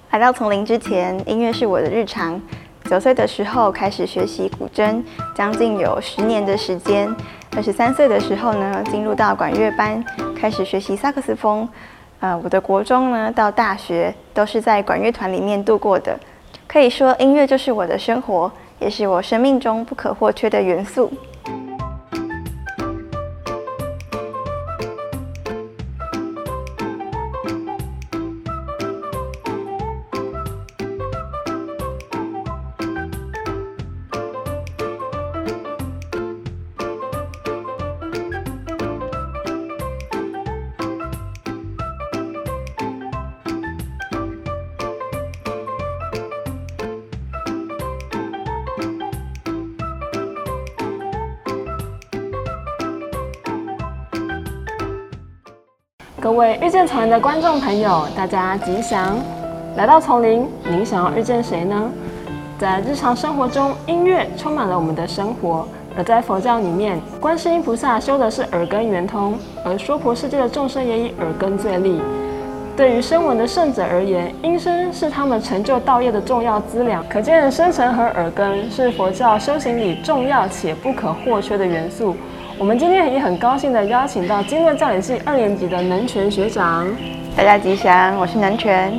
来到丛林之前，音乐是我的日常。9岁的时候开始学习古筝，将近有10年的时间。23岁的时候呢，进入到管乐班，开始学习萨克斯风。我的国中呢到大学都是在管乐团里面度过的。可以说，音乐就是我的生活，也是我生命中不可或缺的元素。 各位遇见丛林的观众朋友，大家吉祥！来到丛林，您想要遇见谁呢？在日常生活中，音乐充满了我们的生活。而在佛教里面，观世音菩萨修的是耳根圆通，而娑婆世界的众生也以耳根最利。对于声闻的圣者而言，音声是他们成就道业的重要资粮。可见声尘和耳根是佛教修行里重要且不可或缺的元素。我们今天也很高兴地邀请到经论教理系2年级的能全学长。 大家吉祥，我是能全。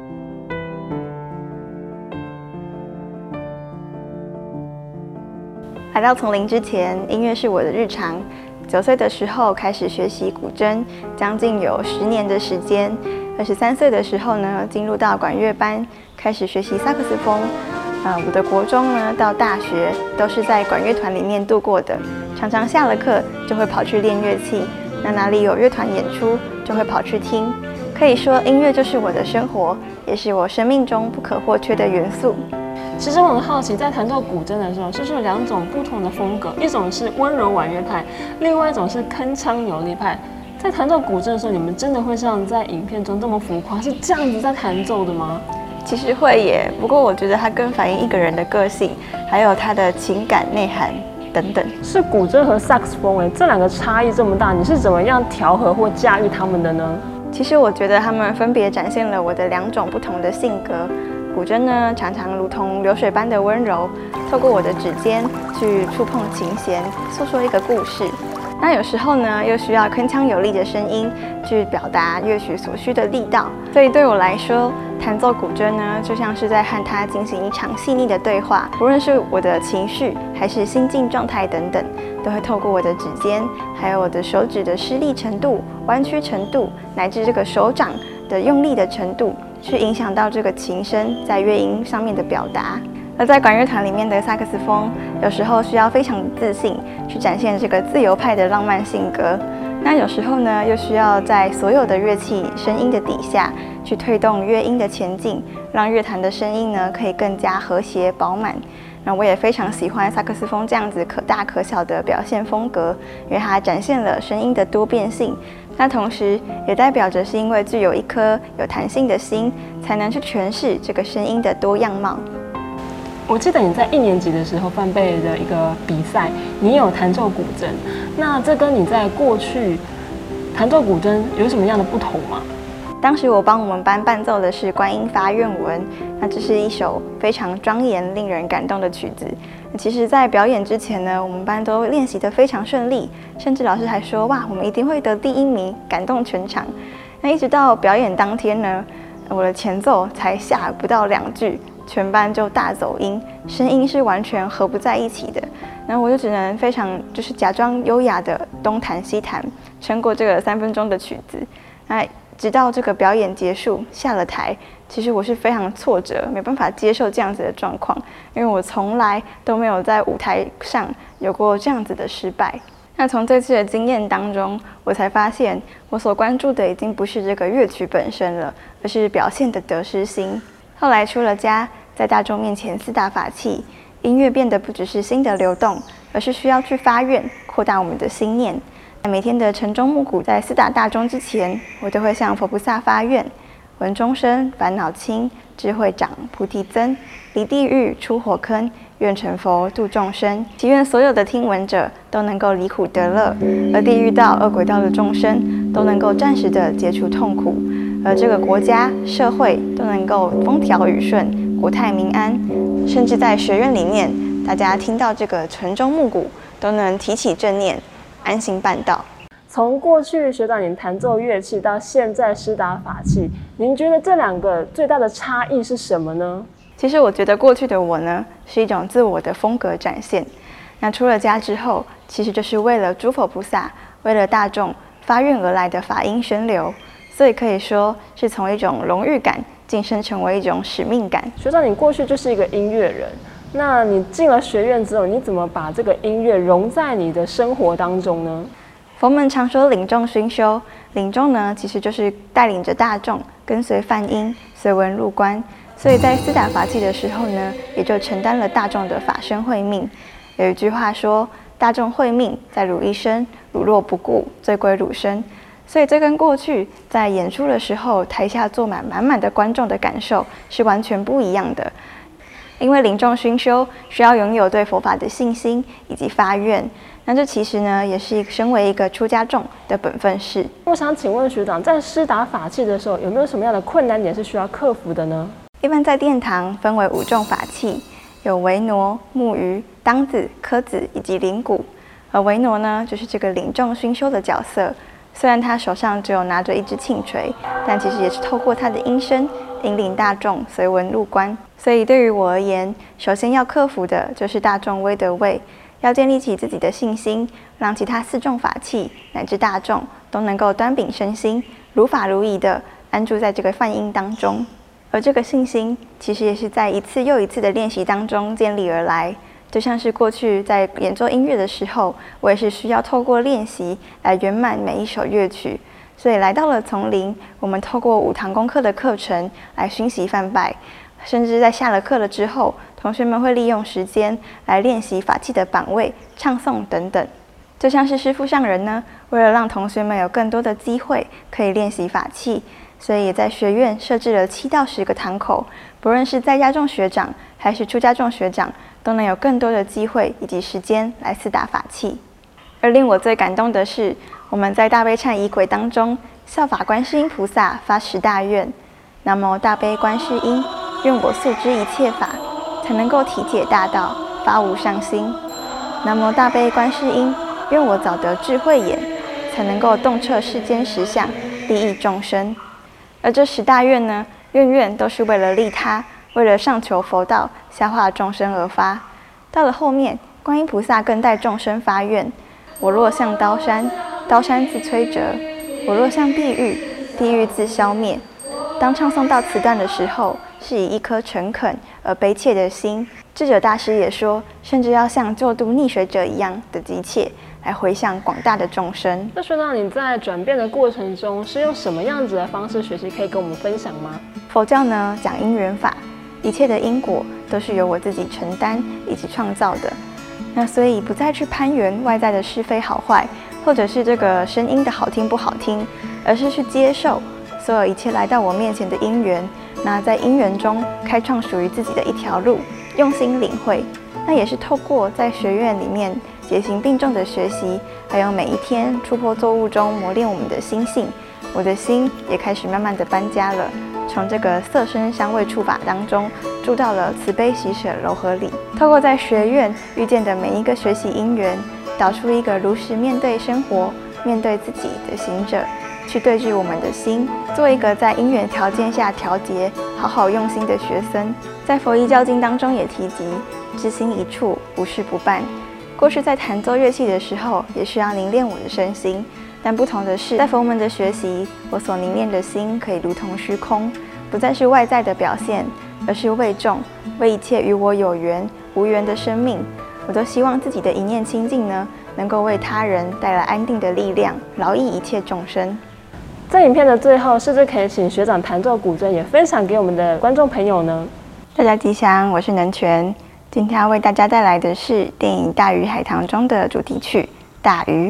来到丛林之前，音乐是我的日常。9岁的时候开始学习古筝，将近有10年的时间。23岁的时候呢，进入到管乐班，开始学习萨克斯风。我的国中呢到大学都是在管乐团里面度过的，常常下了课就会跑去练乐器，哪里有乐团演出就会跑去听。可以说，音乐就是我的生活，也是我生命中不可或缺的元素。 其实我很好奇，在弹奏古筝的时候，是不是有2种不同的风格？一种是温柔婉约派，另外一种是铿锵有力派。在弹奏古筝的时候，你们真的会像在影片中这么浮夸，是这样子在弹奏的吗？ 其实会耶，不过我觉得它更反映一个人的个性，还有他的情感内涵等等。 是古筝和萨克斯风这2个差异这么大，你是怎么样调和或驾驭他们的呢？ 其实我觉得他们分别展现了我的2种不同的性格。古筝呢，常常如同流水般的温柔，透过我的指尖去触碰琴弦，诉说一个故事。那有时候呢，又需要铿锵有力的声音去表达乐曲所需的力道。所以对我来说，弹奏古筝呢，就像是在和它进行一场细腻的对话。无论是我的情绪，还是心境状态等等，都会透过我的指尖，还有我的手指的施力程度、弯曲程度，乃至这个手掌的用力的程度，去影响到这个琴声在乐音上面的表达。而在管乐团里面的萨克斯风，有时候需要非常自信，去展现这个自由派的浪漫性格。那有时候呢，又需要在所有的乐器声音的底下，去推动乐音的前进，让乐坛的声音呢可以更加和谐饱满。那我也非常喜欢萨克斯风这样子可大可小的表现风格，因为它展现了声音的多变性。那同时也代表着是因为具有一颗有弹性的心，才能去诠释这个声音的多样貌。 我记得你在1年级的时候办备的一个比赛，你有弹奏古筝，那这跟你在过去弹奏古筝有什么样的不同吗？ 当时我帮我们班伴奏的是《观音发愿文》，那这是一首非常庄严、令人感动的曲子。其实，在表演之前呢，我们班都练习得非常顺利，甚至老师还说：“哇，我们一定会得第1名，感动全场。”那一直到表演当天呢，我的前奏才下不到2句，全班就大走音，声音是完全合不在一起的。然后我就只能非常假装优雅的东弹西弹，撑过这个3分钟的曲子。那直到这个表演结束，下了台，其实我是非常挫折，没办法接受这样子的状况，因为我从来都没有在舞台上有过这样子的失败。那从这次的经验当中，我才发现我所关注的已经不是这个乐曲本身了，而是表现的得失心。后来出了家，在大众面前4大法器，音乐变得不只是心的流动，而是需要去发愿，扩大我们的心念。每天的晨钟暮鼓，在4打大钟之前，我都会向佛菩萨发愿：闻钟声，烦恼轻，智慧长，菩提增，离地狱，出火坑，愿成佛度众生。祈愿所有的听闻者都能够离苦得乐，而地狱道、恶鬼道的众生都能够暂时的解除痛苦， 而这个国家、社会都能够风调雨顺、国泰民安，甚至在学院里面，大家听到这个晨钟暮鼓，都能提起正念，安心办道。 从过去学长您弹奏乐器到现在施打法器，您觉得这两个最大的差异是什么呢？ 其实我觉得过去的我呢，是一种自我的风格展现。那出了家之后，其实就是为了诸佛菩萨，为了大众发愿而来的法音宣流，所以可以说是从一种荣誉感晋升成为一种使命感。 学长，你过去就是一个音乐人，那你进了学院之后，你怎么把这个音乐融在你的生活当中呢？ 佛门常说领众熏修，领众呢其实就是带领着大众跟随梵音，随文入观。所以在施打法器的时候呢，也就承担了大众的法身慧命。有一句话说：“大众慧命在汝一身，汝若不顾，罪归汝身。”所以这跟过去在演出的时候，台下坐满满的观众的感受是完全不一样的。因为领众熏修需要拥有对佛法的信心以及发愿，那这其实呢，也是身为一个出家众的本分事。 我想请问学长，在施打法器的时候，有没有什么样的困难点是需要克服的呢？ 一般在殿堂分为5种法器，有维挪、木鱼、当子、柯子以及铃鼓。而维挪呢，就是这个领众熏修的角色。虽然他手上只有拿着一支磬锤，但其实也是透过他的音声引领大众随文入观。所以对于我而言，首先要克服的就是大众威的畏，要建立起自己的信心，让其他4种法器乃至大众都能够端秉身心，如法如仪的安住在这个梵音当中。而这个信心其实也是在一次又一次的练习当中建立而来。就像是过去在演奏音乐的时候，我也是需要透过练习来圆满每一首乐曲。所以来到了丛林，我们透过5堂功课的课程来熏习梵拜，甚至在下了课了之后，同学们会利用时间来练习法器的版位、唱诵等等。就像是师父上人呢，为了让同学们有更多的机会可以练习法器，所以也在学院设置了7到10个堂口，不论是在家众学长还是出家众学长，都能有更多的机会以及时间来施打法器。而令我最感动的是，我们在大悲忏仪轨当中，效法观世音菩萨发10大愿：南无大悲观世音，愿我速知一切法，才能够体解大道，发无上心。南无大悲观世音，愿我早得智慧眼，才能够洞彻世间实相，利益众生。而这10大愿呢，愿都是为了利他，为了上求佛道，下化众生而发。到了后面，观音菩萨更代众生发愿：我若像刀山，刀山自摧折；我若像地狱，地狱自消灭。当唱诵到此段的时候，是以一颗诚恳而悲切的心。智者大师也说，甚至要像救度溺水者一样的急切，来回向广大的众生。 那学长，你在转变的过程中是用什么样子的方式学习？可以跟我们分享吗？ 佛教呢讲因缘法，一切的因果都是由我自己承担以及创造的。那所以不再去攀援外在的是非好坏，或者是这个声音的好听不好听，而是去接受所有一切来到我面前的因缘。那在因缘中开创属于自己的一条路，用心领会。那也是透过在学院里面结行并重的学习，还有每一天出破作物中磨练我们的心性，我的心也开始慢慢的搬家了，从这个色声香味触法当中住到了慈悲喜舍柔和里。透过在学院遇见的每一个学习因缘，导出一个如实面对生活、面对自己的行者，去对治我们的心，做一个在因缘条件下调节、好好用心的学僧。在佛遗教经当中也提及，知心一处，无事不办。过去在弹奏乐器的时候，也需要凝练我的身心，但不同的是，在佛门的学习，我所凝练的心可以如同虚空，不再是外在的表现，而是为众，为一切与我有缘、无缘的生命。我都希望自己的一念清净呢，能够为他人带来安定的力量，劳益一切众生。 在影片的最后，是不是可以请学长弹奏古筝，也分享给我们的观众朋友呢？ 大家吉祥，我是能全。今天要为大家带来的是电影《大鱼海棠》中的主题曲《大鱼》。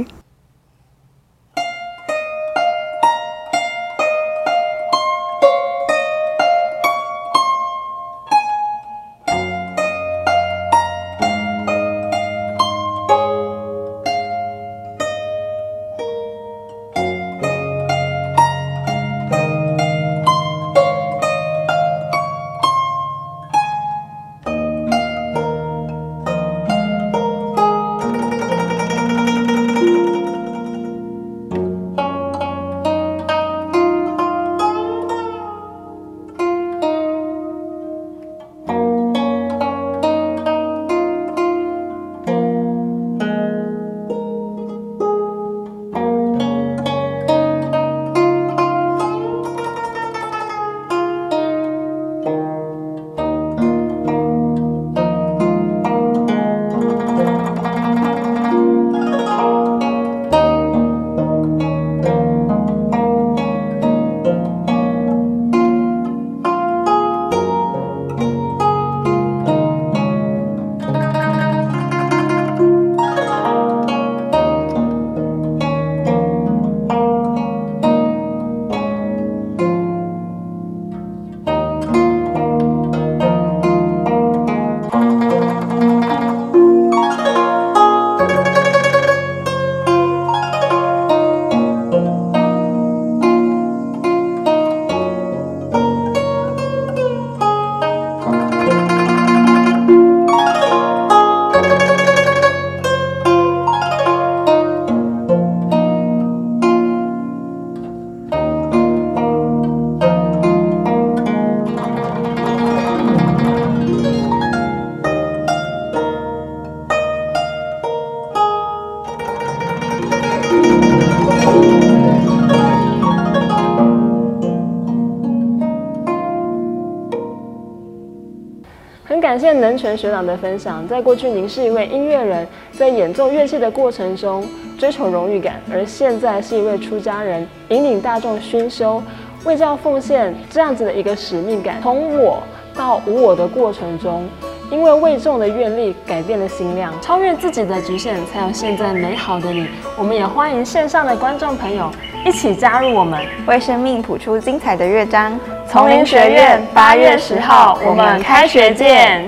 很感谢能全学长的分享，在过去您是一位音乐人，在演奏乐器的过程中追求荣誉感，而现在是一位出家人，引领大众熏修、为教奉献这样子的一个使命感，从我到无我的过程中，因为为众的愿力改变了心量，超越自己的局限，才有现在美好的你。我们也欢迎线上的观众朋友一起加入我们， 为生命谱出精彩的乐章。 丛林学院8月10号，我们开学见。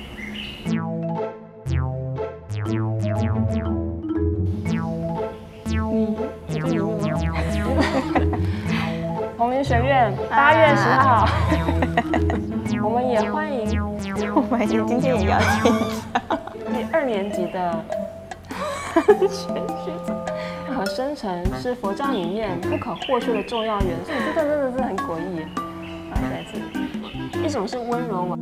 丛林学院8月10号，我们也欢迎我们今天也邀请第2年级的学长。和深沉是佛教里面不可或缺的重要元素，这真的是很诡异。好，再一次，一种是温柔。